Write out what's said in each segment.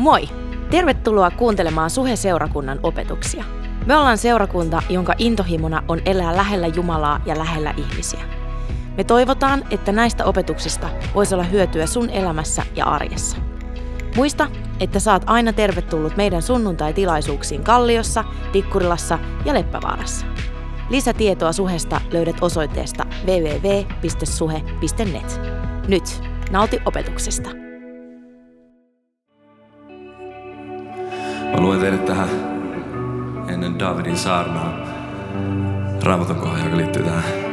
Moi! Tervetuloa kuuntelemaan Suhe-seurakunnan opetuksia. Me ollaan seurakunta, jonka intohimona on elää lähellä Jumalaa ja lähellä ihmisiä. Me toivotaan, että näistä opetuksista voisi olla hyötyä sun elämässä ja arjessa. Muista, että saat aina tervetullut meidän sunnuntai-tilaisuuksiin Kalliossa, Tikkurilassa ja Leppävaarassa. Lisätietoa Suhesta löydät osoitteesta www.suhe.net. Nyt nauti opetuksesta. Mä luen teille tähän ennen Daavidin saarnaa Raamatun kohdan, joka liittyy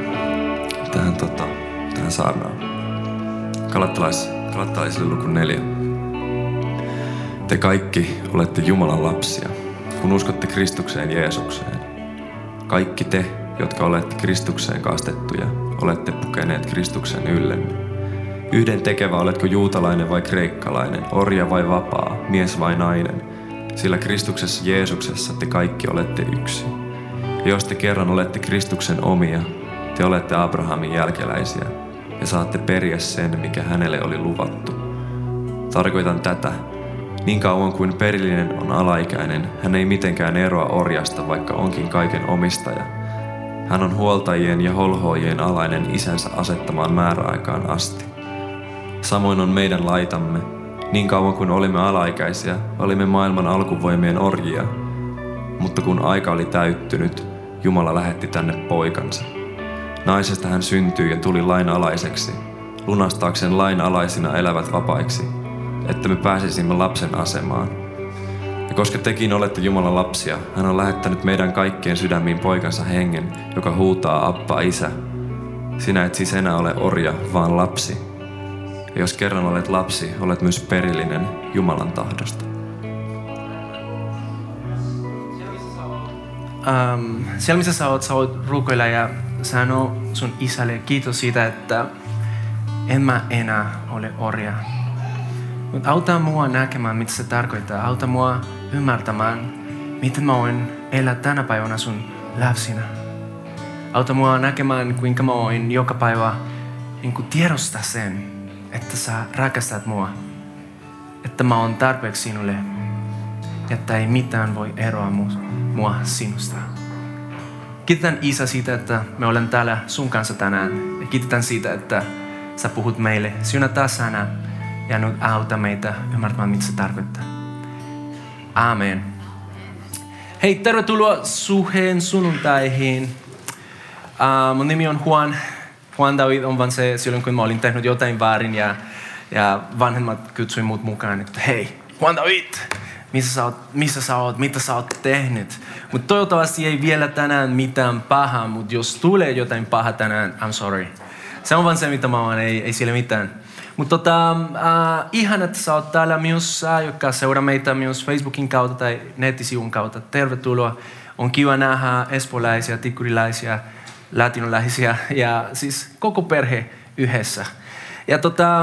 tähän saarnaan. Galattalaisille luku 4. Te kaikki olette Jumalan lapsia, kun uskotte Kristukseen Jeesukseen. Kaikki te, jotka olette Kristukseen kastettuja, olette pukeneet Kristuksen yllenne. Yhden tekevä, oletko juutalainen vai kreikkalainen, orja vai vapaa, mies vai nainen, sillä Kristuksessa Jeesuksessa te kaikki olette yksi. Ja jos te kerran olette Kristuksen omia, te olette Abrahamin jälkeläisiä ja saatte periä sen, mikä hänelle oli luvattu. Tarkoitan tätä. Niin kauan kuin perillinen on alaikäinen, hän ei mitenkään eroa orjasta, vaikka onkin kaiken omistaja. Hän on huoltajien ja holhoojien alainen isänsä asettamaan määräaikaan asti. Samoin on meidän laitamme. Niin kauan kuin olimme alaikäisiä, olimme maailman alkuvoimien orjia. Mutta kun aika oli täyttynyt, Jumala lähetti tänne poikansa. Naisesta hän syntyi ja tuli lainalaiseksi, lunastaakseen lainalaisina elävät vapaiksi, että me pääsisimme lapsen asemaan. Ja koska tekin olette Jumalan lapsia, hän on lähettänyt meidän kaikkien sydämiin poikansa hengen, joka huutaa Abba, Isä. Sinä et siis enää ole orja, vaan lapsi. Ja jos kerran olet lapsi, olet myös perillinen Jumalan tahdosta. Siellä missä sä voit rukoilla ja sano sun isälle kiitos siitä, että en mä enää ole orja. Mutta auta mua näkemään, mitä se tarkoittaa. Auta mua ymmärtämään, miten mä voin elää tänä päivänä sun lapsina. Auta mua näkemään, kuinka mä voin joka päivä tiedostaa sen, että sä rakastat mua. Että mä oon tarpeeksi sinulle. Että ei mitään voi eroa mua sinusta. Kiitetään Isä siitä, että me olen täällä sun kanssa tänään. Ja kiitetään siitä, että sä puhut meille. Siunaa taas sana. Ja nyt auta meitä ymmärtämään, mitä se tarkoittaa. Aamen. Hei, tervetuloa Suheen sunnuntaihin. Mun nimi on Juan. Juan David on vaan se silloin, kun mä olin tehnyt jotain väärin ja vanhemmat kutsui mut mukaan, että hei, Juan David, missä sä oot, mitä sä oot tehnyt. Mutta toivottavasti ei vielä tänään mitään pahaa, mutta jos tulee jotain pahaa tänään, I'm sorry. Se on vaan se, mitä mä oon, ei siellä mitään. Mutta ihana, että sä oot täällä myös, joka seuraa meitä myös Facebookin kautta tai nettisivun kautta. Tervetuloa. On kiva nähdä espoolaisia, tikkurilaisia, latinolaisia ja siis koko perhe yhdessä. Ja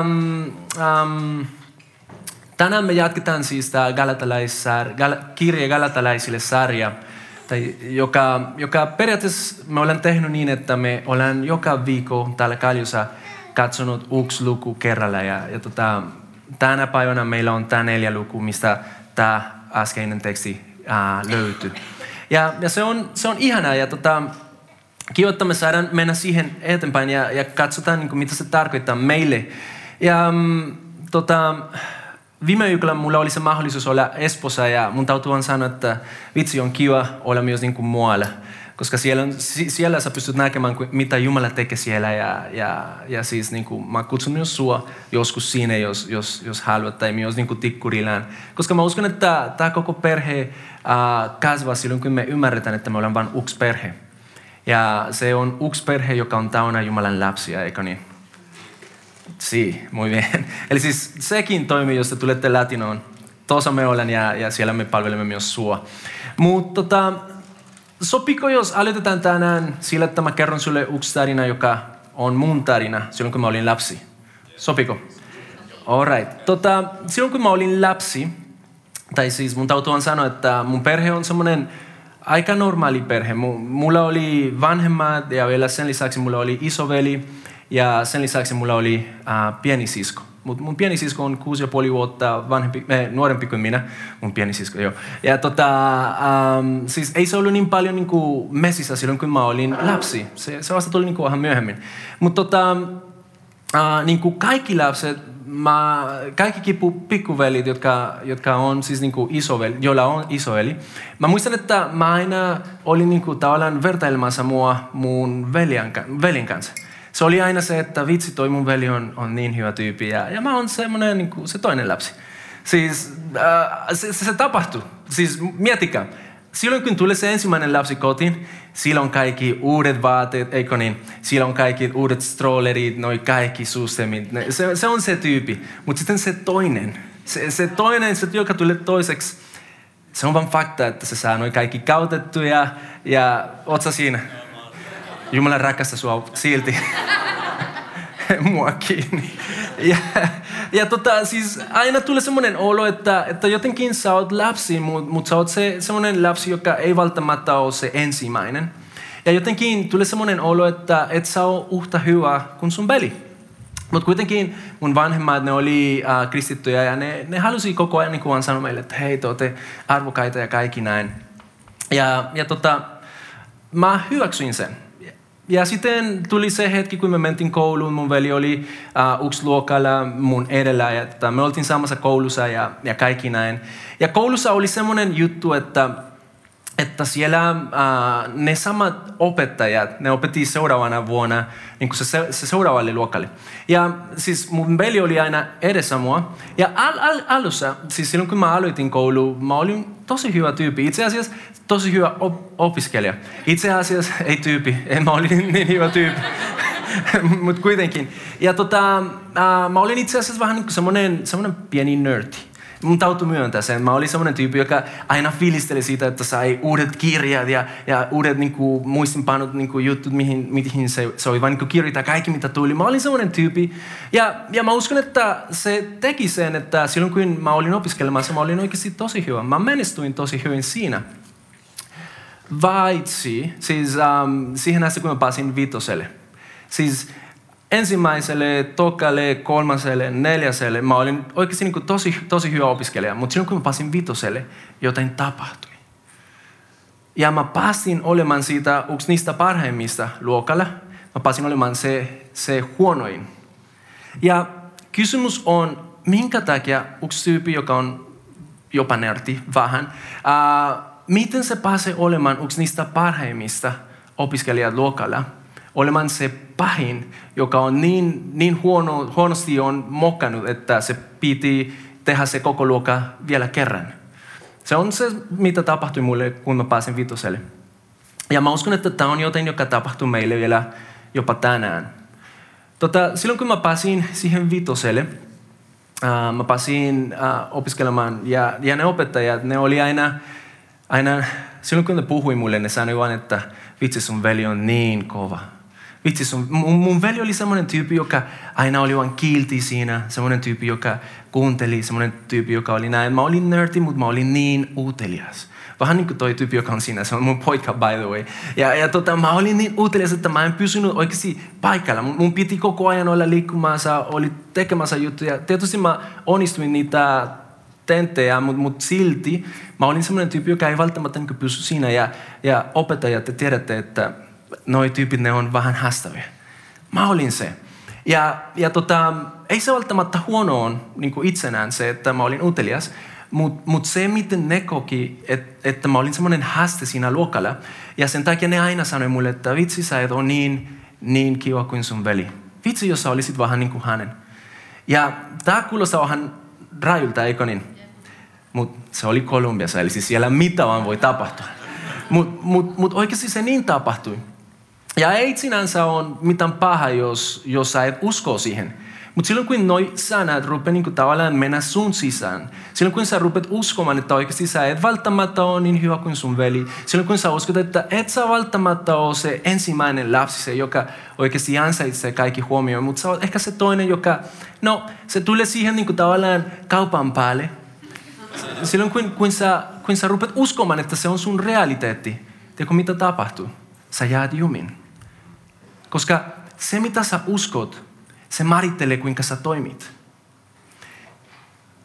tänään me jatketaan siis tämä kirje galatalaisille sarja, joka periaatteessa me ollaan tehnyt niin, että me ollaan joka viikko täällä Kalliossa katsonut yksi luku kerralla ja tänä päivänä meillä on tämä 4 luku, mistä tämä äskeinen teksti löytyy. Ja se on ihanaa ja kiva, että me saadaan mennä siihen eteenpäin ja katsotaan mitä se tarkoittaa meille. Ja viime viikolla mulla oli se mahdollisuus olla Espoossa ja mun täytyy vaan sanoa, että vitsi on kiva olla myös muualla. Koska siellä sä pystyt näkemään, mitä Jumala tekee siellä ja siis mä kutsun myös sua joskus siinä, jos haluat, tai myös Tikkurilään. Koska mä uskon, että tämä koko perhe kasvaa silloin, kun me ymmärretään, että me ollaan vain yksi perhe. Ja se on yksi perhe, joka on täynnä Jumalan lapsia, eikö niin? Muy bien. Eli siis sekin toimii, jos te tulette Latinoon. Tuossa me olen ja siellä me palvelemme myös sua. Mutta sopiko, jos aloitetaan tänään sillä, että mä kerron sulle yksi tarina, joka on mun tarina silloin, kun mä olin lapsi? Sopiko? Alright. Silloin, kun mä olin lapsi, tai siis mun täytyy sanoa, että mun perhe on semmoinen aika normaali perhe. Mulla oli vanhemmat ja vielä sen lisäksi mulla oli isoveli ja sen lisäksi mulla oli pieni sisko. mutta mun pieni sisko on 6,5 vuotta nuorempi kuin minä. Mun pieni sisko, joo. Ja siis ei se ollut niin paljon niin kuin messissä silloin, kun mä olin lapsi. Se vasta tuli niin kuin vähän myöhemmin. Mutta niin kuin kaikki lapset, kaikki pikkuvelit, jotka on siis niin kuin isoveli, joilla on isoveli. Mä muistan, että mä aina olin niin kuin tavallaan vertailemassa mua mun velin kanssa. Se oli aina se, että vitsi, toi mun veli on niin hyvä tyyppi ja mä oon semmoinen niin kuin se toinen lapsi. Siis se tapahtui. Siis miettikää. Silloin kun tulee se ensimmäinen lapsi kotiin, sillä on kaikki uudet vaatteet, eikö niin? Sillä on kaikki uudet strollerit, noi kaikki systeemit. Se on se tyyppi. Mutta sitten se toinen, se joka tulee toiseksi, se on vaan fakta, että se saa noi kaikki kautettuja ja oot sä siinä? Jumala rakastaa sua silti. Muakin. Ja siis aina tulee semmoinen olo, että jotenkin sä oot lapsi, mutta sä oot semmoinen lapsi, joka ei välttämättä ole se ensimmäinen. Ja jotenkin tulee semmoinen olo, että et sä oot yhtä hyvä kuin sun veli. Mutta kuitenkin mun vanhemmat, ne oli kristittyjä ja ne halusi koko ajan niin sanoa meille, että hei, te ootte arvokaita ja kaikki näin. Ja mä hyväksyin sen. Ja sitten tuli se hetki, kun me mentiin kouluun. Mun veli oli yksi luokalla mun edellä. Ja me oltiin samassa koulussa ja kaikki näin. Ja koulussa oli semmoinen juttu, että siellä ne samat opettajat, ne opetti seuraavana vuonna niin kuin se seuraavalle luokalle. Ja siis mun veli oli aina edessä mua. Ja alussa, siis silloin kun mä aloitin kouluun, mä olin tosi hyvä tyyppi. Itse asiassa tosi hyvä opiskelija. Itse asiassa ei tyyppi, mä olin niin hyvä tyyppi. Mutta kuitenkin. Ja mä olin itse asiassa vähän niin kuin semmoinen pieni nördi. Mun täytyy myöntää sen. Mä olin semmoinen tyyppi, joka aina fiilisteli siitä, että sai uudet kirjat ja uudet niin kuin, muistinpanot niin kuin, jutut, mihin se oli vain niin kuin, kirjoittaa kaikki, mitä tuli. Mä olin semmoinen tyyppi. Ja mä uskon, että se teki sen, että silloin kun mä olin opiskelemassa, mä olin oikeasti tosi hyvä. Mä menestyin tosi hyvin siinä. Vaitsi, siis siihen asti, kun mä pääsin 5. Siis ensimmäiselle, tokalle, 3., 4. mä olin oikeasti niin tosi hyvä opiskelija, mutta silloin kun mä pääsin 5. jotain tapahtui. Ja mä pääsin olemaan siitä yksi niistä parhaimmista luokalla. Mä pääsin olemaan se huonoin. Ja kysymys on, minkä takia yksi tyyppi, joka on jopa nörti vähän, miten se pääsee olemaan yksi niistä parhaimmista opiskelijat luokalla? Olemaan se pahin, joka on niin huonosti on mokannut, että se piti tehdä se koko luokka vielä kerran. Se on se, mitä tapahtui mulle, kun mä pääsin 5. Ja mä uskon, että tämä on jotain, joka tapahtuu meille vielä jopa tänään. Silloin kun mä pääsin siihen 5. Mä pääsin opiskelemaan ja ne opettajat, ne oli aina silloin kun ne puhui mulle, ne sanoi vain, että vitsi sun veli on niin kova. Vitsi mun veli oli semmoinen tyyppi, joka aina oli vain kilti siinä. Semmoinen tyyppi, joka kuunteli. Semmoinen tyyppi, joka oli näin. Mä olin nörti, mutta mä olin niin utelias. Vähän niin kuin toi tyyppi, joka on siinä. Se on mun poika, by the way. Ja mä olin niin utelias, että mä en pysynyt oikeasti paikalla. Mun piti koko ajan olla liikkumassa, oli tekemässä juttuja. Tietysti mä onnistuin niitä tenttejä, mutta silti mä olin semmoinen tyyppi, joka ei välttämättä niin pysy siinä. Ja opettajat, te tiedätte, että noi tyypit, ne on vähän haastavia. Mä olin se. Ja ei se välttämättä huono on niin itsenään se, että mä olin utelias, mutta se, miten ne koki, että mä olin semmoinen haaste siinä luokalla. Ja sen takia ne aina sanoi mulle, että vitsi, sä et ole niin kiva kuin sun veli. Vitsi, jos sä olisit vähän niin kuin hänen. Ja tää kuulostaa vähän rajulta, eikö niin? Mutta se oli Kolumbiassa, eli siis siellä mitä vaan voi tapahtua. Mut oikeasti se niin tapahtui. Ja ei sinänsä ole mitään pahaa, jos sä et usko siihen. Mutta silloin kun noi sanat rupeaa niin tavallaan mennä sun sisään, silloin kun sä rupeat uskomaan, että oikeasti sä et välttämättä ole niin hyvä kuin sun veli, silloin kun sä uskot, että et sä välttämättä ole se ensimmäinen lapsi, se joka oikeasti ansaitsee kaikki huomioon, mutta sä oot ehkä se toinen, joka, se tulee siihen niin tavallaan kaupan päälle. Silloin kun sä rupeat uskomaan, että se on sun realiteetti, tiedätkö mitä tapahtuu? Sä jäät jumiin. Koska se mitä sä uskot, se määrittelee kuinka sä toimit.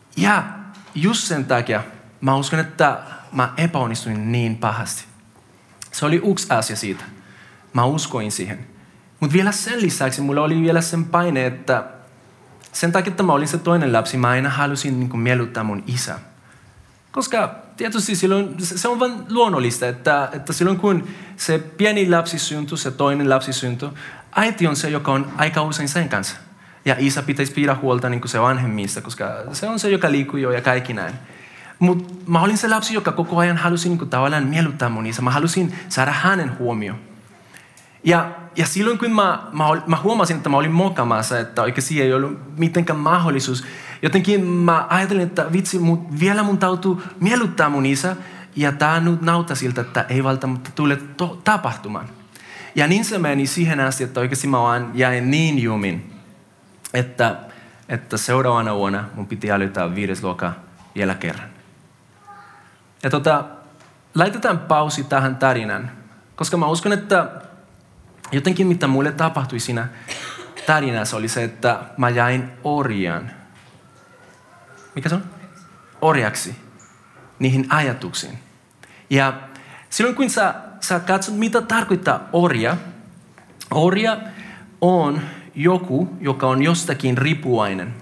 Ja just sen takia mä uskon, että mä epäonnistuin niin pahasti. Se oli yksi asia siitä. Mä uskoin siihen. Mutta vielä sen lisäksi mulla oli vielä sen paine, että sen takia, että mä olin se toinen lapsi, mä aina halusin niin kuin miellyttää mun isä. Koska tietysti silloin, se on vain luonnollista, että silloin kun se pieni lapsi syntyy, se toinen lapsi syntyy, äiti on se, joka on aika usein sen kanssa. Ja isä pitäisi pidä huolta niin kuin se vanhemmista, koska se on se, joka liikkuu jo ja kaikki näin. Mutta mä olin se lapsi, joka koko ajan halusin niin kuin tavallaan miellyttää mun isä. Mä halusin saada hänen huomioon. Ja silloin kun mä huomasin, että mä olin mokamassa, että oikeasti ei ollut mitenkään mahdollisuus. Jotenkin mä ajattelin, että vitsi, vielä mun täytyy miellyttää mun isä. Ja tää nyt näyttää siltä, että ei välttämättä tule tapahtumaan. Ja niin se meni siihen asti, että oikeasti mä vaan jäin niin jumin, että seuraavana vuonna mun piti älyttää 5. luokka vielä kerran. Ja laitetaan pausi tähän tarinaan, koska mä uskon, että jotenkin mitä mulle tapahtui siinä tarinassa oli se, että mä jäin orjaan. Mikä se on? Orjaksi. Niihin ajatuksiin. Ja silloin kun sä katsot, mitä tarkoittaa orja. Orja on joku, joka on jostakin riippuvainen.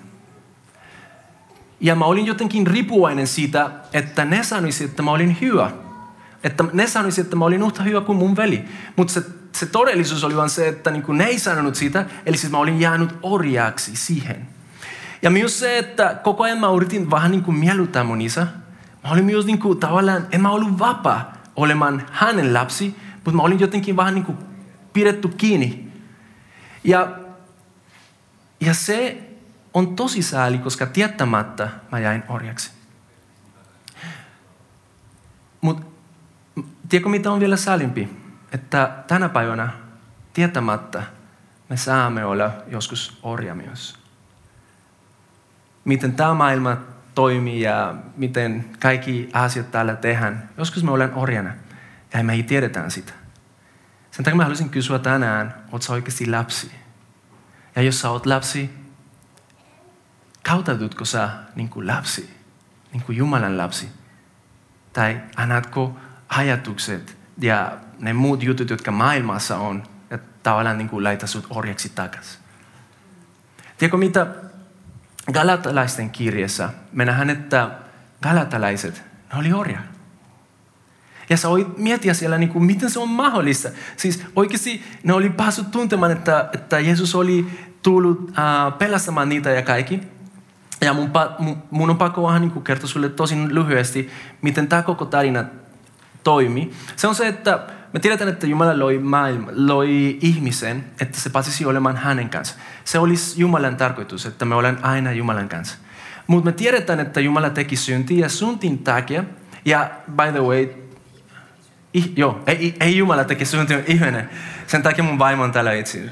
Ja mä olin jotenkin riippuvainen siitä, että ne sanoisivat, että mä olin hyvä. Että ne sanoisivat, että mä olin yhtä hyvä kuin mun veli. Mutta se todellisuus oli vaan se, että niin ne ei sanonut sitä. Eli siis mä olin jäänyt orjaaksi siihen. Ja myös se, että koko ajan mä yritin vähän niin kuin miellyttää mun isä. Mä olin myös niin kuin tavallaan, en mä ollut vapaa olemaan hänen lapsi. Mutta mä olin jotenkin vähän niin kuin pidetty kiinni. Ja se on tosi sääli, koska tietämättä mä jäin orjaksi. Mutta tiedätkö mitä on vielä säälimpi? Että tänä päivänä tietämättä me saamme olla joskus orja myös. Miten tämä maailma toimii ja miten kaikki asiat täällä tehdään. Joskus me ollaan orjana ja me ei tiedetään sitä. Sen takia mä haluaisin kysyä tänään, oot sä oikeasti lapsi? Ja jos sä oot lapsi, kautaudutko sä niin kuin lapsi, niin kuin Jumalan lapsi? Tai annatko ajatukset ja ne muut jutut, jotka maailmassa on, ja tavallaan niin kuin laita sut orjaksi takaisin? Tiedätkö mitä? Galatalaisten kirjassa me nähdään, että galatalaiset, ne oli orja. Ja sä voit miettiä siellä, niin kuin, miten se on mahdollista. Siis oikeasti ne oli päässyt tuntemaan, että Jeesus oli tullut pelastamaan niitä ja kaikki. Ja mun on pakko vähän niin kertoa sulle tosi lyhyesti, miten tämä koko tarina toimi. Se on se, että me tiedetään, että Jumala loi ihmisen, että se pääsisi olemaan hänen kanssa. Se olisi Jumalan tarkoitus, että me olemme aina Jumalan kanssa. Mutta me tiedetään, että Jumala teki syntiä ja syntin takia. Ja by the way, ei Jumala teki syntiä, ihminen. Sen takia mun vaimo on täällä itse.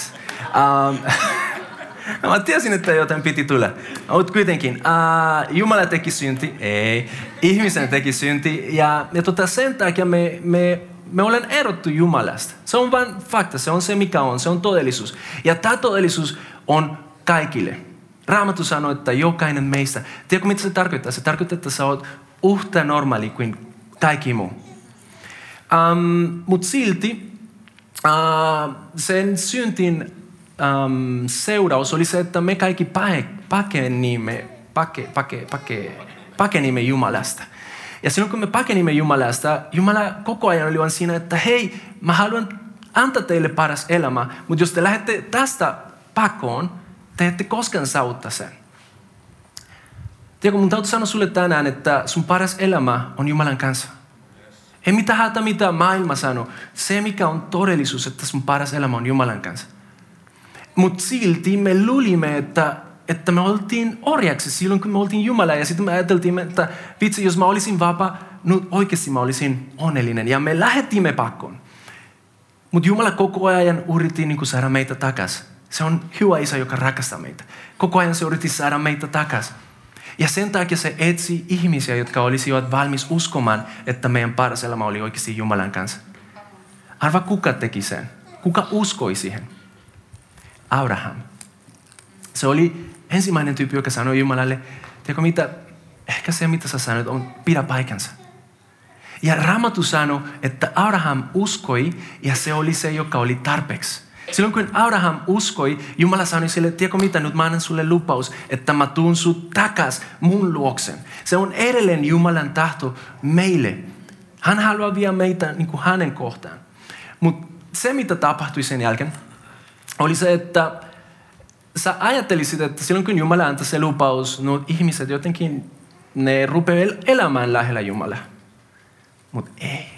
Mä tiesin, että jotain piti tulla. Mutta kuitenkin, Jumala teki synti, ei. Ihmisen teki synti. Ja sen takia me olemme erottu Jumalasta. Se on vain fakta, se on se mikä on, se on todellisuus. Ja tämä todellisuus on kaikille. Raamattu sanoo, että jokainen meistä. Tiedätkö mitä se tarkoittaa? Se tarkoittaa, että sä oot yhtä normaali kuin kaikki muu. Mutta silti sen syntin seuraus oli se, että me kaikki pakenimme Jumalasta. Ja silloin kun me pakenimme Jumalasta, Jumala koko ajan oli siinä, että hei, mä haluan antaa teille paras elämä, mutta jos te lähdette tästä pakoon, te ette koskaan saavuttaa sen. Tiedätkö, mun täytyy sanoa sulle tänään, että sun paras elämä on Jumalan kanssa. Ei mitään hätä, mitä maailma sanoo. Se, mikä on todellisuus, että sun paras elämä on Jumalan kanssa. Mutta silti me luulimme, että me oltiin orjaksi silloin, kun me oltiin Jumala. Ja sitten me ajateltiin, että vitsi, jos mä olisin vapaa, nyt oikeasti mä olisin onnellinen. Ja me lähdettimme pakkoon. Mutta Jumala koko ajan yritti niin saada meitä takaisin. Se on hyvä isä, joka rakastaa meitä. Koko ajan se yritti saada meitä takaisin. Ja sen takia se etsi ihmisiä, jotka olisivat valmis uskomaan, että meidän paras elämä oli oikeasti Jumalan kanssa. Arva, kuka teki sen? Kuka uskoi siihen? Abraham. Se oli ensimmäinen tyyppi, joka sanoi Jumalalle, tiedätkö mitä? Ehkä se, mitä sä sanoit, on pidä paikansa. Ja Raamattu sanoi, että Abraham uskoi ja se oli se, joka oli tarpeeksi. Silloin kun Abraham uskoi, Jumala sanoi sille, tiedätkö mitä, nyt mä annan sulle lupaus, että mä tuun sut takas mun luoksen. Se on edelleen Jumalan tahto meille. Hän haluaa viedä meitä niin kuin hänen kohtaan. Mutta se, mitä tapahtui sen jälkeen, oli se, että sä ajattelisit, että silloin kun Jumala antoi se lupaus, no ihmiset jotenkin, ne rupeaa elämään lähellä Jumalaa. Mutta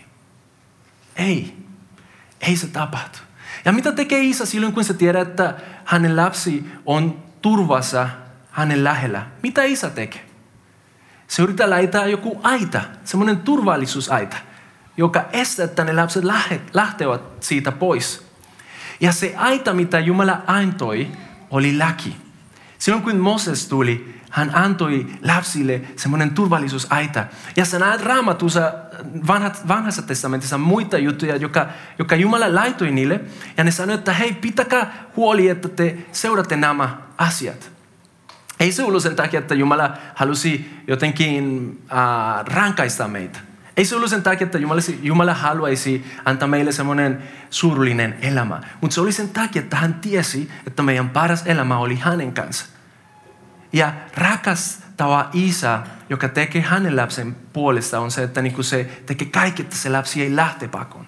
ei se tapahtu. Ja mitä tekee isä silloin, kun se tiedää, että hänen lapsi on turvassa hänen lähellä? Mitä isä tekee? Se yrittää laittaa joku aita, semmoinen turvallisuusaita, joka estää, että ne lapset lähtevät siitä pois. Ja se aita, mitä Jumala antoi, oli laki. Silloin kun Moses tuli, hän antoi lapsille semmoinen turvallisuusaita. Ja sä näet Raamatussa vanhassa testamentissa muita juttuja, joka Jumala laitoi niille. Ja ne sanoi, että hei, pitäkää huoli, että te seuraatte nämä asiat. Ei se ollut sen takia, että Jumala halusi jotenkin rankaista meitä. Ei se ollut sen takia, että Jumala haluaisi antaa meille semmoinen surullinen elämä. Mutta se oli sen takia, että hän tiesi, että meidän paras elämä oli hänen kanssa. Ja rakastava isä, joka tekee hänen lapsen puolesta, on se, että niinku se tekee kaikki, että se lapsi ei lähte pakoon.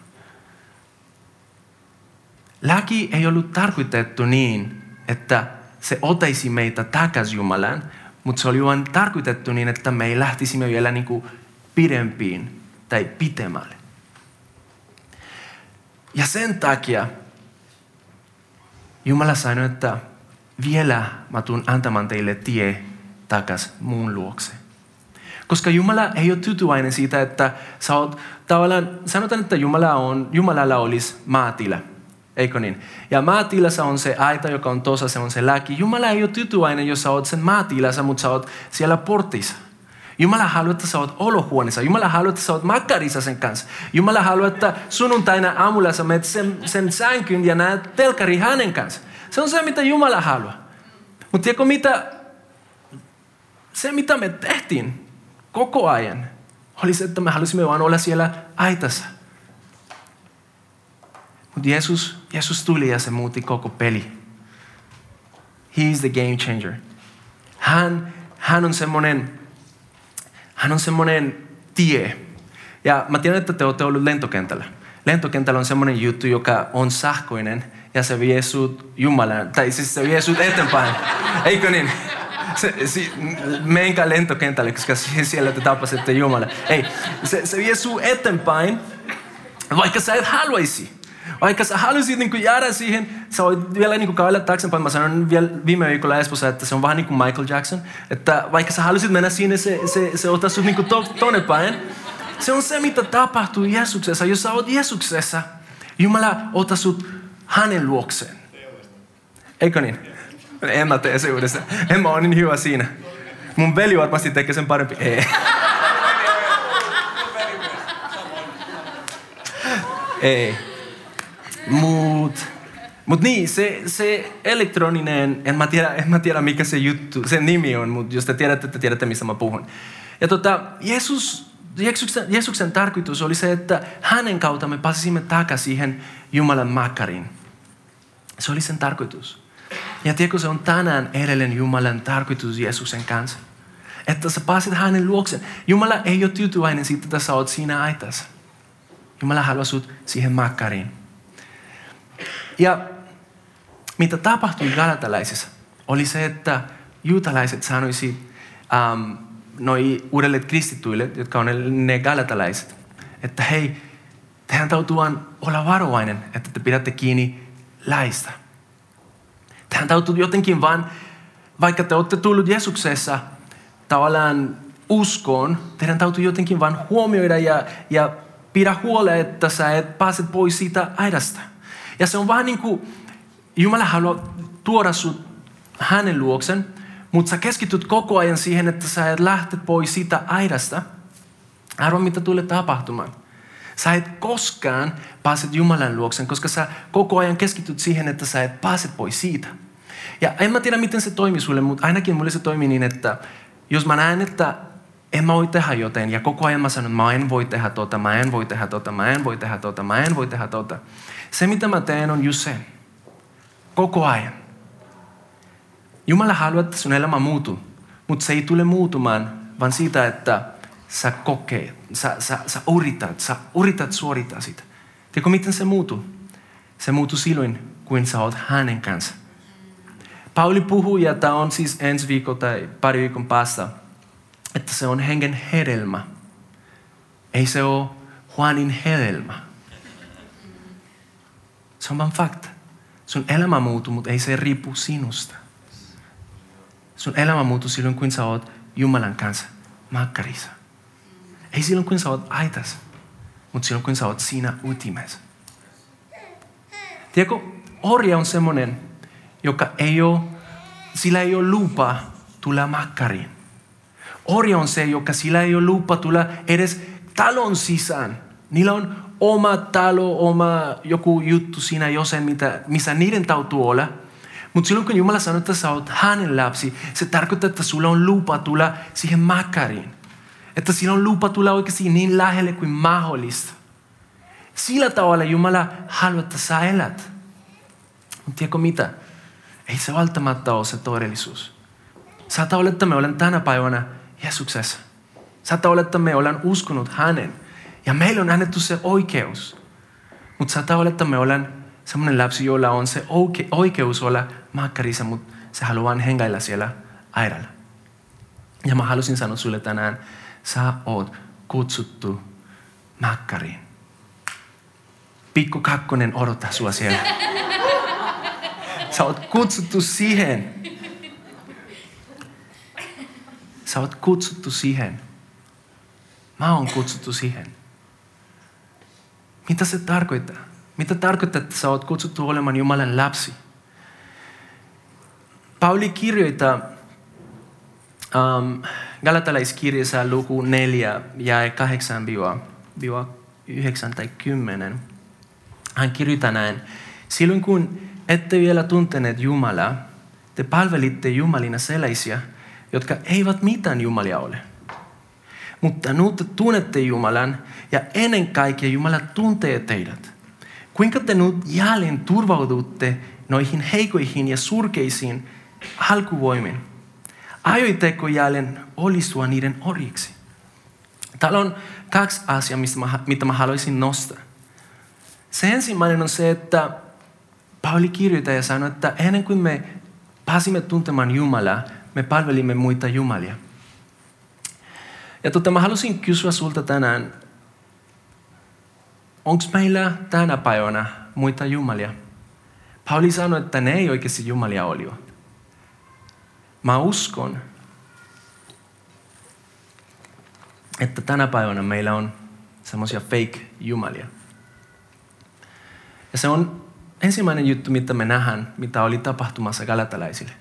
Laki ei ollut tarkoitettu niin, että se otaisi meitä takaisin Jumalaan, mutta se oli vain tarkoitettu niin, että me ei lähtisimme vielä niinku pidempiin tai pitemmälle. Ja sen takia Jumala sanoi, että vielä mä tuun antamaan teille tie takaisin mun luokse. Koska Jumala ei ole tyytyväinen siitä, että sä oot tavallaan, sanotaan, että Jumalalla olisi maatila. Eikö niin? Ja maatilassa on se aita, joka on tuossa, se on se laki. Jumala ei ole tyytyväinen, jos sä oot sen maatilassa, mutta sä oot siellä portissa. Jumala haluaa, että sä oot olohuoneessa. Jumala haluaa, että sä oot makkarissa sen kanssa. Jumala haluaa, että sunnuntaina aamulla sä menet sen sänkyn ja näet telkkari hänen kanssa. Se on se, mitä Jumala haluaa. Mutta tiedätkö mitä? Se, mitä me tehtiin koko ajan, oli se, että me halusimme vaan olla siellä aitassa. Mutta Jeesus tuli ja se muutti koko peli. He is the game changer. Hän on semmoinen tie. Ja mä tiedän, että te olette olleet lentokentällä. Lentokentällä on semmoinen juttu, joka on sähköinen ja se vie sut Jumalaan. Tai siis se vie sut eteenpäin. Eikö niin? Menkää lentokentälle, koska siellä te tapasitte Jumalan. Ei, se vie sut eteenpäin, vaikka sä et haluaisi. Vaikka sä haluaisit niin jäädä siihen, sä voit vielä niin kaivella taaksepäin. Mä sanoin vielä viime viikolla Espoossa, että se on vähän niin kuin Michael Jackson. Että vaikka sä haluaisit mennä sinne, se ottaa sut niin tonne päin. Se on se, mitä tapahtuu Jeesuksessa. Jos sä oot Jeesuksessa, Jumala ottaa sut hänen luokseen. Eikö niin? En mä tee se uudestaan. En mä ole niin hyvä siinä. Mun veli varmasti tekee sen parempi. Ei. Ei. Mut niin, se elektroninen, en mä tiedä mikä se juttu, sen nimi on, mutta jos te tiedätte mistä mä puhun. Ja Jeesuksen tarkoitus oli se, että hänen kautta me pääsisimme takaisin siihen Jumalan makkariin. Se oli sen tarkoitus. Ja tiedätkö, se on tänään edelleen Jumalan tarkoitus Jeesuksen kanssa. Että sä pääset hänen luokseen. Jumala ei ole tyytyväinen siitä, että sä oot siinä aitassa. Jumala haluaa sut siihen makkariin. Ja mitä tapahtui galatalaisissa, oli se, että juutalaiset sanoisivat noi uudelle kristittyille, jotka on ne galatalaiset, että hei, teidän täytyy vaan olla varovainen, että te pidätte kiinni laista. Teidän täytyy jotenkin vaan, vaikka te olette tullut Jeesuksessa tavallaan uskoon, teidän täytyy jotenkin vaan huomioida ja pidä huolta, että sä et pääse pois siitä aidasta. Ja se on vähän niin kuin Jumala haluaa tuoda sut hänen luoksen, mutta sä keskityt koko ajan siihen, että sä et lähte pois siitä aidasta. Arvo, mitä tulee tapahtumaan. Sä et koskaan pääset Jumalan luoksen, koska sä koko ajan keskityt siihen, että sä et pääse pois siitä. Ja en mä tiedä, miten se toimii sulle, mutta ainakin mulle se toimii niin, että Jos mä näen, että en mä voi tehdä joten, ja koko ajan mä sanon, että mä en voi tehdä tota, mä en voi tehdä tota, mä en voi tehdä tota, mä en voi tehdä tota. Se, mitä mä teen, on just se. Koko ajan. Jumala haluaa, että sun elämä muuttuu, mutta se ei tule muutumaan, vaan siitä, että sä kokeet, sä yrität suorittaa sitä. Tiedätkö, miten se muuttuu? Se muuttuu silloin, kun sä oot hänen kanssa. Pauli puhuu, ja tämä on siis ensi viikon tai pari viikon päästä, että se on hengen hedelmä. Ei se ole Juanin hedelmä. Se on vain fakta. Sun elämä muuttuu, mutta ei se riipu sinusta. Sun elämä muuttuu silloin, kun sä oot Jumalan kanssa makkarissa. Ei silloin, kun sä oot aitassa, mutta silloin, kun sä oot siinä ytimessä. Tiedätkö, orja on semmoinen, joka sillä ei ole lupa tulla makkariin. Orja on se, joka sillä ei ole lupa tulla edes talon sisään. Niillä on oma talo, oma joku juttu siinä jossain, missä niiden täytyy olla. Mutta silloin kun Jumala sanoo, että sä oot hänen lapsi, se tarkoittaa, että sulla on lupa tulla siihen makkariin. Että sillä on lupa tulla oikeasti niin lähelle kuin mahdollista. Sillä tavalla Jumala haluaa, että sä elät. Mutta tiedätkö mitä? Ei se välttämättä ole se todellisuus. Saattaa olla, että me olemme tänä päivänä Jeesuksessa. Saattaa olla, että me olemme uskonut hänen. Ja meillä on annettu se oikeus. Mutta saattaa olla, että me olemme sellainen lapsi, jolla on se oikeus olla makkarissa, mutta se haluaa vain hengailla siellä airalla. Ja mä halusin sanoa sulle tänään, sä oot kutsuttu makkariin. Pikku kakkonen odottaa sua siellä. Sä oot kutsuttu siihen. Sä oot kutsuttu siihen. Mä oon kutsuttu siihen. Mitä se tarkoittaa? Mitä tarkoittaa, että sä oot kutsuttu olemaan Jumalan lapsi? Pauli kirjoittaa Galatalaiskirjassa luku 4 ja 8-9 tai 10. Hän kirjoittaa näin. Silloin kun ette vielä tunteneet Jumalaa, te palvelitte jumalina sellaisia, jotka eivät mitään jumalia ole. Mutta nyt tunnette Jumalan ja ennen kaikkea Jumala tuntee teidät. Kuinka te nyt jälleen turvaudutte noihin heikoihin ja surkeisiin alkuvoimin? Aioitteko jälleen olistua niiden orjiksi? Täällä on 2 asiaa, mitä mä haluaisin nostaa. Se ensimmäinen on se, että Pauli kirjoittaa ja sanoo, että ennen kuin me pääsimme tuntemaan Jumalaa, me palvelimme muita jumalia. Ja mä halusin kysyä sulta tänään, onko meillä tänä päivänä muita jumalia? Pauli sanoi, että ne ei oikeasti jumalia ole. Mä uskon, että tänä päivänä meillä on semmoisia fake-jumalia. Ja se on ensimmäinen juttu, mitä me nähdään, mitä oli tapahtumassa galatalaisille.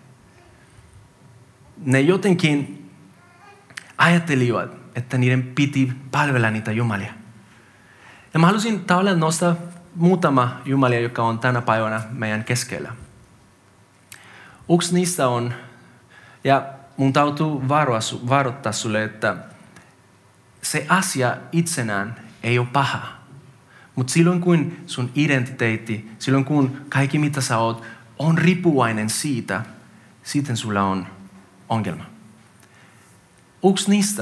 Ne jotenkin ajattelivat, että niiden piti palvella niitä jumalia. Ja mä halusin tavallaan nostaa muutama jumalia, joka on tänä päivänä meidän keskellä. Yksi niistä on, ja mun täytyy varoittaa sulle, että se asia itsenään ei ole paha. Mutta silloin kun sun identiteetti, silloin kun kaikki mitä sä oot, on riippuvainen siitä, sitten sulla on ongelma. Yksi niistä,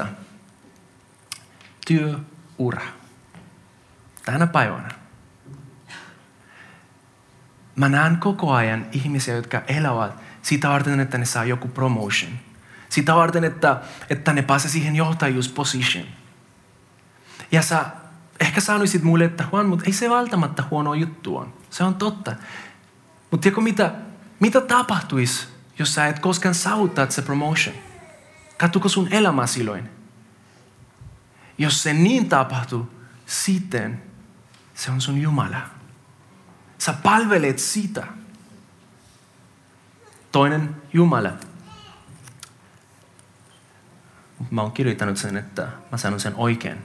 työura. Tänä päivänä. Mä näen koko ajan ihmisiä, jotka elävät sitä varten, että ne saa joku promotion. Sitä varten, että ne pääsee siihen johtajuusposition. Ja sä ehkä sanoisit mulle, että mutta ei se välttämättä huono juttu on. Se on totta. Mutta tiedätkö mitä tapahtuisi, jos sä et koskaan saavuttaa se promotion? Katsoiko sun elämä silloin? Jos se niin tapahtuu, sitten se on sun Jumala. Sä palvelet sitä. Toinen Jumala. Mä oon kirjoittanut sen, että mä sanon sen oikein.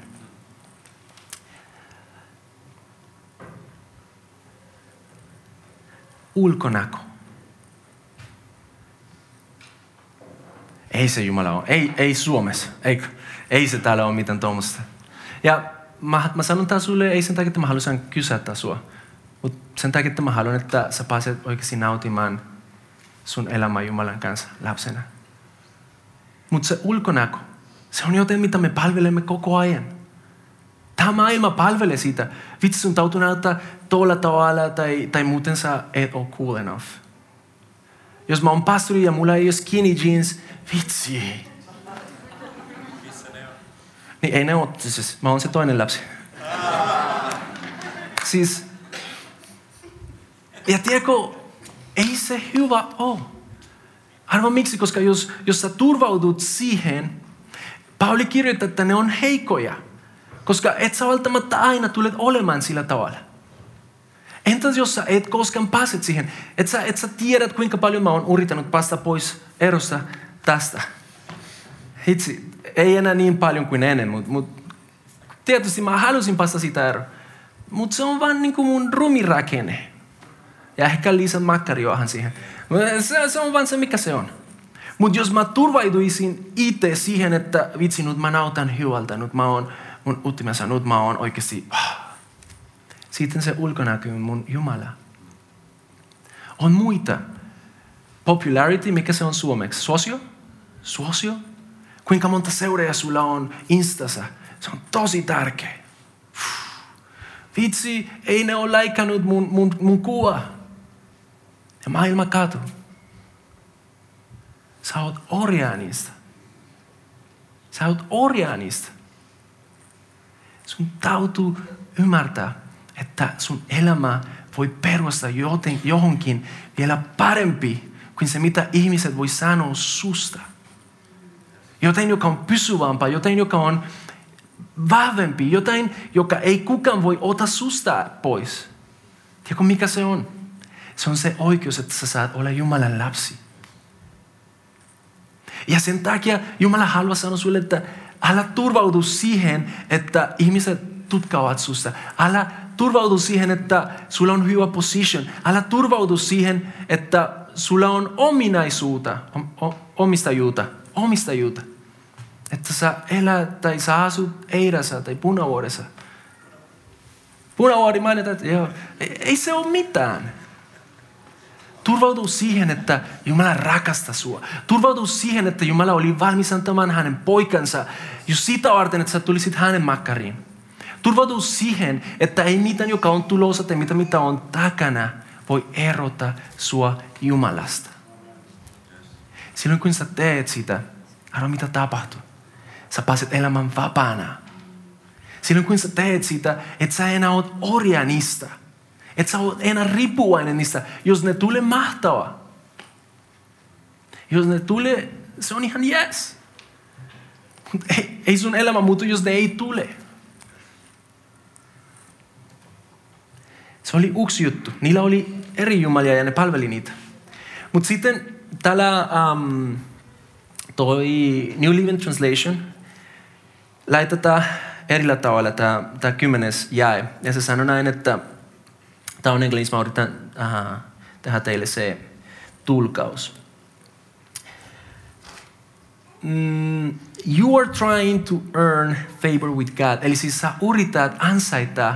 Ulkonäkö. ei se Jumala ole. Ei Suomessa. Ei se täällä ole mitään tuommoista. Ja mä sanon tää sulle, ei sen takia, että mä haluaisin kysätä sua. Mutta sen takia, että mä haluan, että sä pääset oikeasti nautimaan sun elämää Jumalan kanssa lapsena. Mutta se ulkonäkö, se on jotain, mitä me palvelemme koko ajan. Tämä maailma palvelee sitä. Vitsi, sun täytyy näyttää tuolla tavalla tai muuten sä et ole cool enough. Jos mä oon pastori ja mulla ei ole skinny jeans, vitsi. Niin ei ne ole, siis mä oon se toinen lapsi. Siis, ja tiedätkö, ei se hyvä ole. Arva miksi, koska jos sä turvaudut siihen, Pauli kirjoittaa, että ne on heikkoja. Koska et sä välttämättä aina tulet olemaan sillä tavalla. Entäs jos sä et koskaan pääset siihen, et sä tiedät kuinka paljon mä oon yrittänyt päästä pois erosta tästä. Hitsi, ei enää niin paljon kuin ennen, mutta tietysti mä halusin päästä sitä eroon. Mutta se on vaan niin kuin mun rumirakenne. Ja ehkä lisän makkarioahan siihen. Se on vaan se, mikä se on. Mutta jos mä turvautuisin itse siihen, että vitsi, nyt mä nautan hyvältä, nyt mä oon mun ytimessä, nyt mä oon oikeasti, sitten se ulkonäkö on mun Jumala. On muita. Popularity, mikä se on suomeksi? Suosio? Kuinka monta seuraajaa sulla on Instassa? Se on tosi tärkeä. Vitsi, ei ne ole laikannut mun kuva. Ja maailma katu. Sä oot orjaa niistä. Sun täytyy ymmärtää, että sun elämä voi perustaa johonkin vielä parempi kuin se, mitä ihmiset voi sanoa susta. Jotain, joka on pysyvämpää, jotain, joka on vahvempi, jotain, joka ei kukaan voi ottaa susta pois. Tiedätkö, mikä se on? Se on se oikeus, että sä saat olla Jumalan lapsi. Ja sen takia Jumala haluaa sanoa sulle, että älä turvaudu siihen, että ihmiset tutkaavat susta. Älä turvaudu siihen, että sulla on hyvä position. Älä turvaudu siihen, että sulla on omistajuutta. Että sä elät tai sä asut Eidässä tai Punavuoressa. Punavuori mainitaan, että joo, ei se ole mitään. Turvaudu siihen, että Jumala rakastaa sua. Turvaudu siihen, että Jumala oli valmis antamaan hänen poikansa just sitä varten, että sä tulisit hänen makkariin. Turvaudu siihen, että ei mitään, joka on tulossa tai mitä on takana, voi erota sua Jumalasta. Silloin kun sä teet sitä, arvo mitä tapahtuu. Sä pääset elämään vapaana. Silloin kun sä teet sitä, et sä enää oot orja niistä. Et sä oot enää riippuvainen niistä. Jos ne tulee mahtavaa. Jos ne tulee, se on ihan yes. Ei sun elämä muutu, jos ne ei tule. Se oli yksi juttu. Niillä oli eri jumalia ja ne palveli niitä. Mutta sitten täällä toi New Living Translation laitetaan erillä tavalla tämä 10. jae. Ja se sanoo näin, että tämä on englanniksi, mä yritän tehdä teille se tulkaus. You are trying to earn favor with God. Eli siis sä yrität ansaita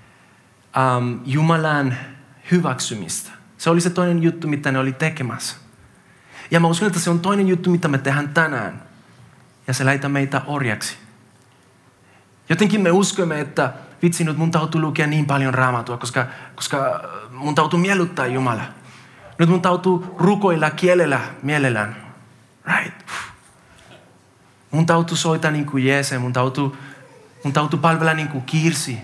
Jumalan hyväksymistä. Se oli se toinen juttu, mitä ne oli tekemässä. Ja mä uskon, että se on toinen juttu, mitä me tehdään tänään. Ja se laittaa meitä orjaksi. Jotenkin me uskomme, että vitsi, nyt mun täytyy lukea niin paljon Raamatua, koska mun täytyy miellyttää Jumala. Nyt mun täytyy rukoilla kielellä mielellään. Right? Mun täytyy soittaa niin kuin Jeese, mun täytyy palvella niin kuin Kirsi.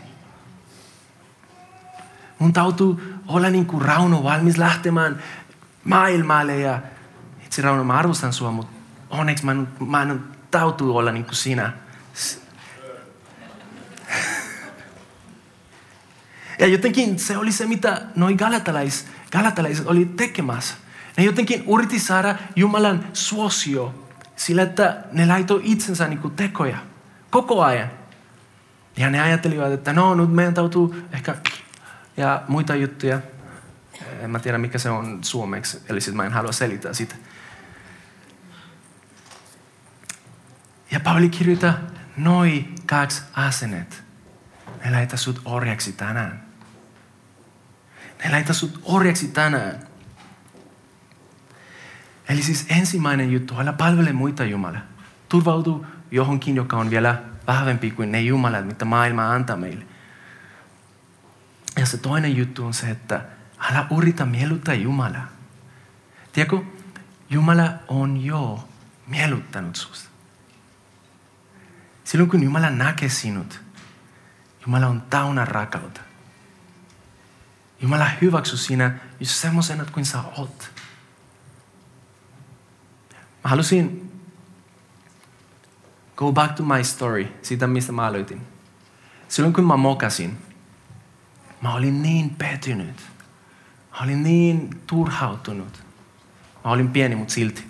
Mun täytyy olla niin kuin Rauno, valmis lähtemään maailmalle. Ja itse Rauno, mä arvostan sua, mutta onneksi mä en täytyy olla niin kuin sinä. Ja jotenkin se oli se, mitä noi galatalaiset oli tekemässä. Ne jotenkin yritti saada Jumalan suosio sillä, että ne laitoi itsensä niin kuin tekoja koko ajan. Ja ne ajattelivat, että no nyt meidän täytyy ehkä ja muita juttuja. En mä tiedä, mikä se on suomeksi, eli sit mä en halua selittää sitä. Ja Pauli kirjoittaa, noi 2 asennet. Ne laita sut orjaksi tänään. Ne laita sut orjaksi tänään. Eli siis ensimmäinen juttu, älä palvele muita Jumalaa. Turvaudu johonkin, joka on vielä vahvempi kuin ne Jumalat, mitä maailma antaa meille. Ja se toinen juttu on se, että älä yritä miellyttää Jumalaa. Tiedätkö, Jumala on jo miellyttänyt susta. Silloin kun Jumala näkee sinut, Jumala on täynnä rakkautta. Jumala hyväksyy sinä just semmoisena kuin sä oot. Mä halusin go back to my story, siitä mistä mä aloitin. Silloin kun mä mokasin, mä olin niin pettynyt. Mä olin niin turhautunut. Mä olin pieni, mutta silti.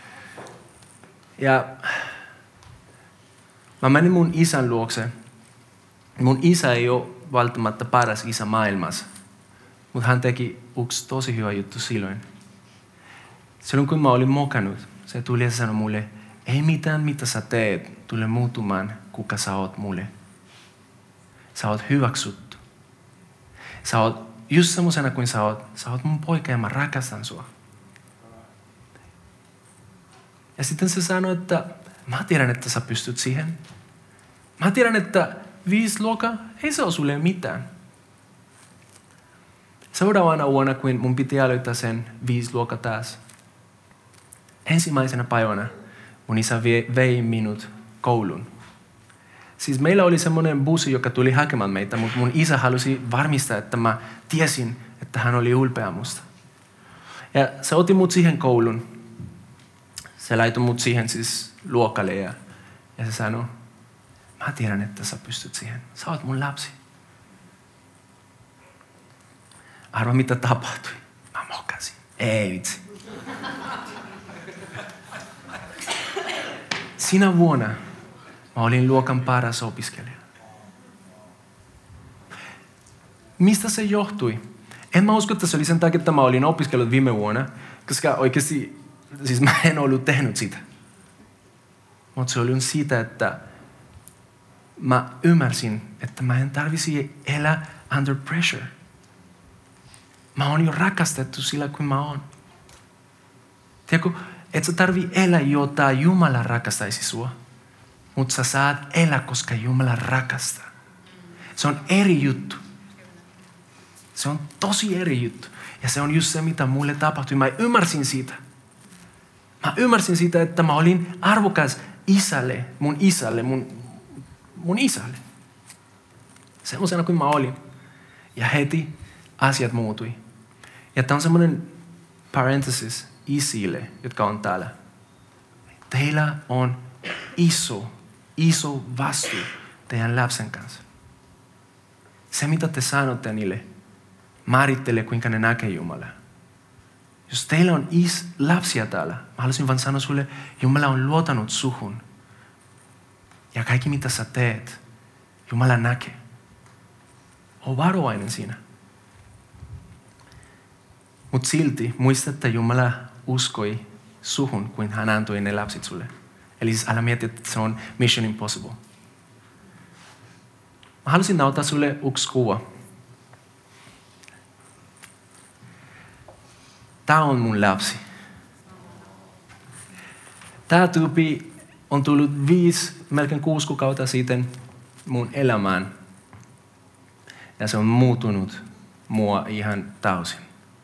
Ja mä menin mun isän luokse. Mun isä ei ole välttämättä paras isä maailmassa. Mutta hän teki yksi tosi hyvä juttu silloin. Silloin kun mä olin mokannut, se tuli ja sanoi mulle, ei mitään mitä sä teet tule muuttumaan, kuka sä oot mulle. Sä oot hyväksytty. Sä oot just semmosena kuin sä oot. Sä oot mun poika ja mä rakastan sua. Ja sitten se sanoi, että mä tiedän, että sä pystyt siihen. Mä tiedän, että 5 luokkaa ei se ole sulle mitään. Seuraavana vuonna, kun mun piti aloittaa sen 5 luokkaa taas. Ensimmäisenä päivänä mun isä vei minut kouluun. Siis meillä oli semmoinen bussi, joka tuli hakemaan meitä, mutta mun isä halusi varmistaa, että mä tiesin, että hän oli ylpeä musta. Ja se otti mut siihen kouluun. Se laitoi mut siihen siis luokalle ja se sanoi, mä tiedän, että sä pystyt siihen. Sä oot mun lapsi. Arva mitä tapahtui? Mä mokasin. Ei vitsi. Sinä vuonna mä olin luokan paras opiskelija. Mistä se johtui? En mä usko, että se oli sen takia, että mä olin opiskellut viime vuonna, koska oikeasti siis mä en ollut tehnyt sitä. Mutta se oli siitä, että mä ymmärsin, että mä en tarvisi elää under pressure. Mä oon jo rakastettu sillä kuin mä oon. Tiedätkö, et sä tarvii elää, jota Jumala rakastaisi sua. Mutta sä saat elää, koska Jumala rakastaa. Se on eri juttu. Se on tosi eri juttu. Ja se on just se, mitä mulle tapahtui. Mä ymmärsin siitä. Mä ymmärsin siitä, että mä olin arvokas isälle, mun isälle. Semmoisena kuin mä olin. Ja heti asiat muutui. Ja tämä on semmoinen parenthesis isille, jotka on täällä. Teillä on iso vastuu teidän lapsen kanssa. Se, mitä te sanotte niille, määrittelee, kuinka ne näkee Jumalaa. Jos teillä on lapsia täällä, mä haluaisin vaan sanoa sulle, Jumala on luotanut suhun. Ja kaikki, mitä sä teet, Jumala näkee. Oo varovainen siinä. Mutta silti muista, että Jumala uskoi suhun, kun hän antoi ne lapsit sulle. Eli siis älä mieti, että se on mission impossible. Mä halusin näyttää sulle yksi kuva. Tää on mun lapsi. Tää tyyppi on tullut 5, melkein 6 kuukautta sitten mun elämään. Ja se on muuttunut mua ihan täysin.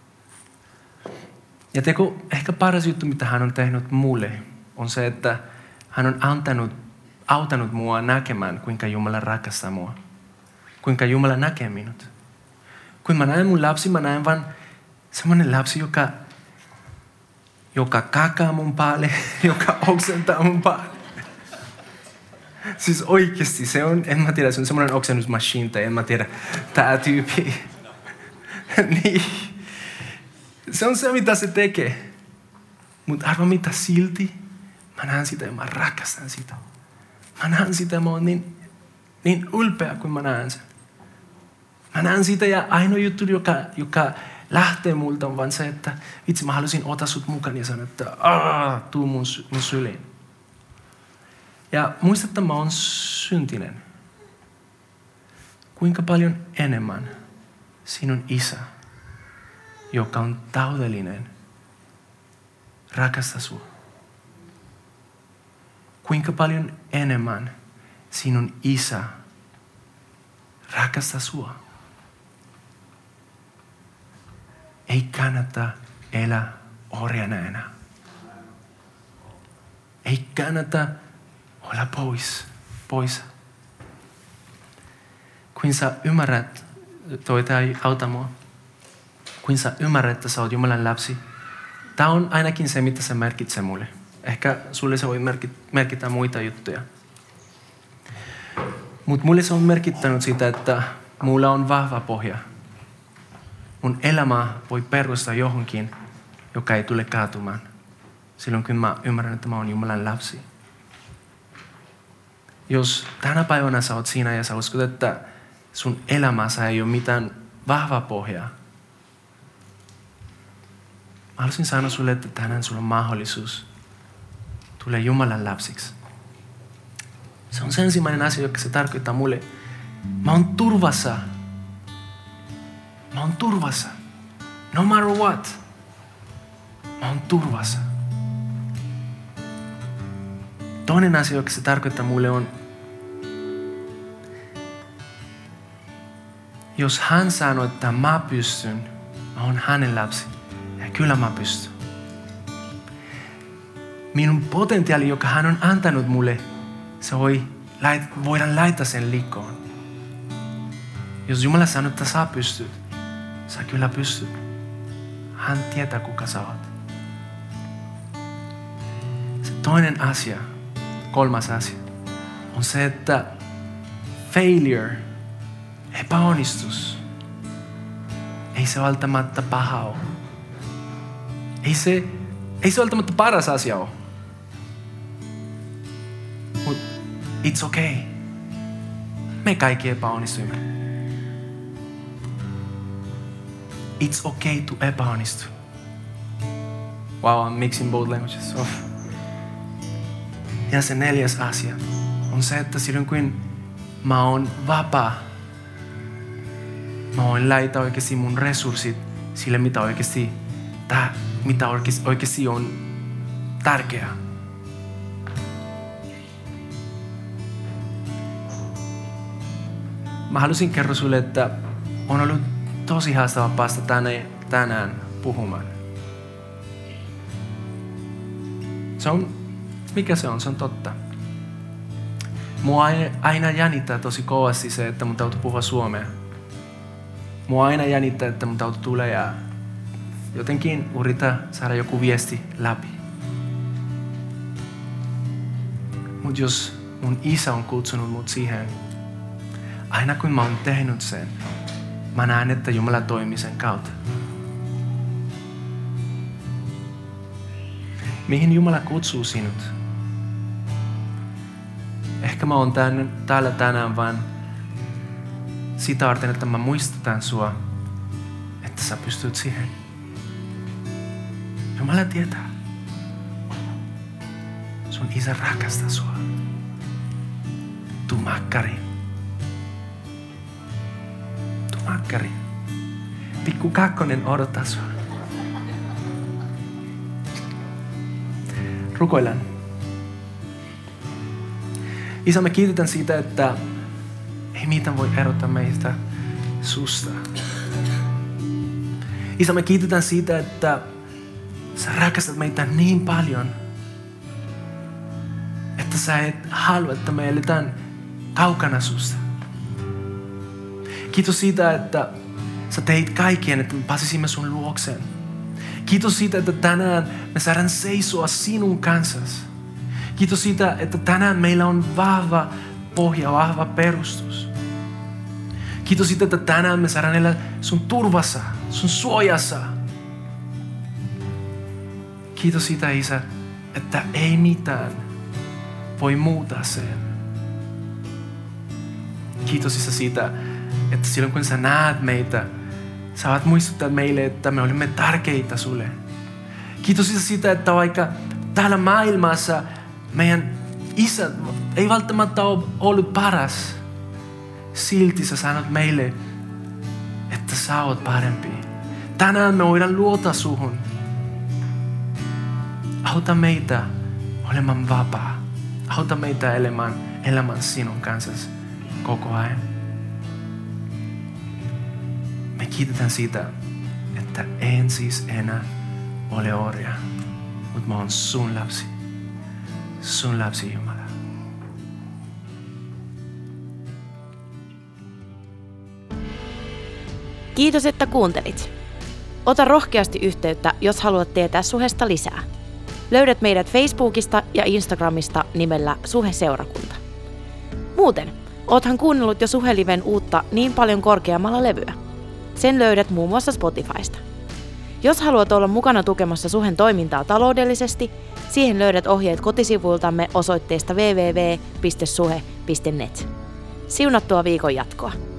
Ja ehkä paras juttu, mitä hän on tehnyt mulle, on se, että hän on auttanut mua näkemään, kuinka Jumala rakastaa mua. Kuinka Jumala näkee minut. Kun mä näen mun lapsi, mä näen vaan semmoinen lapsi, joka kakaa mun päälle, joka oksentaa mun päälle. Siis oikeasti se on, en mä tiedä, se on semmoinen oksennusmachine tai en mä tiedä, tää tyyppi. Niin. Se on se, mitä se tekee. Mutta arva mitä silti, mä näen sitä ja mä rakastan sitä. Mä näen sitä ja mä oon niin ylpeä, kun mä näen sen. Mä näen sitä ja ainoa juttu, joka lähtee multa on vaan se, että vitsi mä halusin ottaa sut mukaan ja sanoa, että tuu mun syliin. Ja muista, että mä oon syntinen. Kuinka paljon enemmän sinun isä, joka on täydellinen, rakastaa sua. Kuinka paljon enemmän sinun isä rakastaa sua. Ei kannata elää orjana enää. Ei kannata olla pois. Kun sä ymmärrät, toi ei auta mua. Kun sä ymmärrät, että sä oot Jumalan lapsi, tää on ainakin se, mitä se merkitsee mulle. Ehkä sulle se voi merkitä muita juttuja. Mutta mulle se on merkittänyt sitä, että mulla on vahva pohja. Mun elämä voi perustaa johonkin, joka ei tule kaatumaan. Silloin kun mä ymmärrän, että mä oon Jumalan lapsi. Jos tänä päivänä sä oot siinä ja sä uskot, että sun elämässä ei ole mitään vahvaa pohjaa. Mä haluaisin sanoa sulle, että tänään sulla on mahdollisuus tulla Jumalan lapsiksi. Se on se ensimmäinen asia, joka se tarkoittaa mulle. Mä oon turvassa. No matter what. Mä oon turvassa. Toinen asia, joka se tarkoittaa mulle on, jos hän sanoo, että mä pystyn, mä oon hänen lapsi. Ja kyllä mä pystyn. Minun potentiaali, joka hän on antanut mulle, se voidaan laittaa sen likoon. Jos Jumala sanoo, että sä pystyt, sä kyllä pystyt. Hän tietää, kuka sä oot. Se toinen asia, kolmas asia, on se, että failure, epäonnistus, ei se välttämättä paha ole. Ei se välttämättä paras asia ole. Mutta it's okay. Me kaikki epäonnistuimme. It's okay to epäonnistua. Wow, I'm mixing both languages. Oh. Ja se neljäs asia on se, että silloin kun mä oon vapaa, mä voin laittaa oikeasti mun resurssit sille, mitä oikeasti on tärkeää. Mä halusin kertoa sulle, että on ollut tosi haastava päästä tänään puhumaan. Mikä se on? Se on totta. Mua aina jännittää tosi kovasti se, että mun täytyy puhua suomea. Mua aina jännittää, että mun täytyy tulla ja jotenkin yritä saada joku viesti läpi. Mut jos mun isä on kutsunut mut siihen, aina kun mä oon tehnyt sen, mä näen, että Jumala toimii sen kautta. Mihin Jumala kutsuu sinut? Ehkä mä oon täällä tänään vaan sitä varten, että mä muistutan sua, että sä pystyt siihen. Jumala tietää. Sun isä rakastaa sua. Tuu makkariin. Pikku kakkonen odottaa sua. Rukoillaan. Isä, me kiitetään siitä, että ei mitään voi erottaa meistä susta. Isä, me kiitetään siitä, että sä rakastat meitä niin paljon, että sä et halua, että me eletään kaukana susta. Kiitos siitä, että sä teit kaikkien, että me pääsisimme sun luokseen. Kiitos siitä, että tänään me saadaan seisoa sinun kanssasi. Kiitos siitä, että tänään meillä on vahva pohja, vahva perustus. Kiitos siitä, että tänään me saadaan elää sun turvassa, sun suojassa. Kiitos siitä, Isä, että ei mitään voi muuttaa sen. Kiitos Isä siitä, että silloin kun sä näet meitä, sä voit muistuttaa meille, että me olimme tärkeitä sulle. Kiitos Isä siitä, että vaikka täällä maailmassa meidän isä ei välttämättä ole ollut paras. Silti sä sanot meille, että sä oot parempi. Tänään me voidaan luottaa suhun. Auta meitä olemaan vapaa. Auta meitä elämään sinun kanssasi koko ajan. Me kiitetään siitä, että en siis enää ole orja, mutta mä oon sun lapsi. Sun lapsi, Jumala. Kiitos, että kuuntelit. Ota rohkeasti yhteyttä, jos haluat tietää Suhesta lisää. Löydät meidät Facebookista ja Instagramista nimellä Suhe-seurakunta. Muuten, oothan kuunnellut jo Suhe-liven uutta Niin paljon korkeammalla levyä. Sen löydät muun muassa Spotifysta. Jos haluat olla mukana tukemassa Suhen toimintaa taloudellisesti, siihen löydät ohjeet kotisivuiltamme osoitteesta www.suhe.net. Siunattua viikon jatkoa!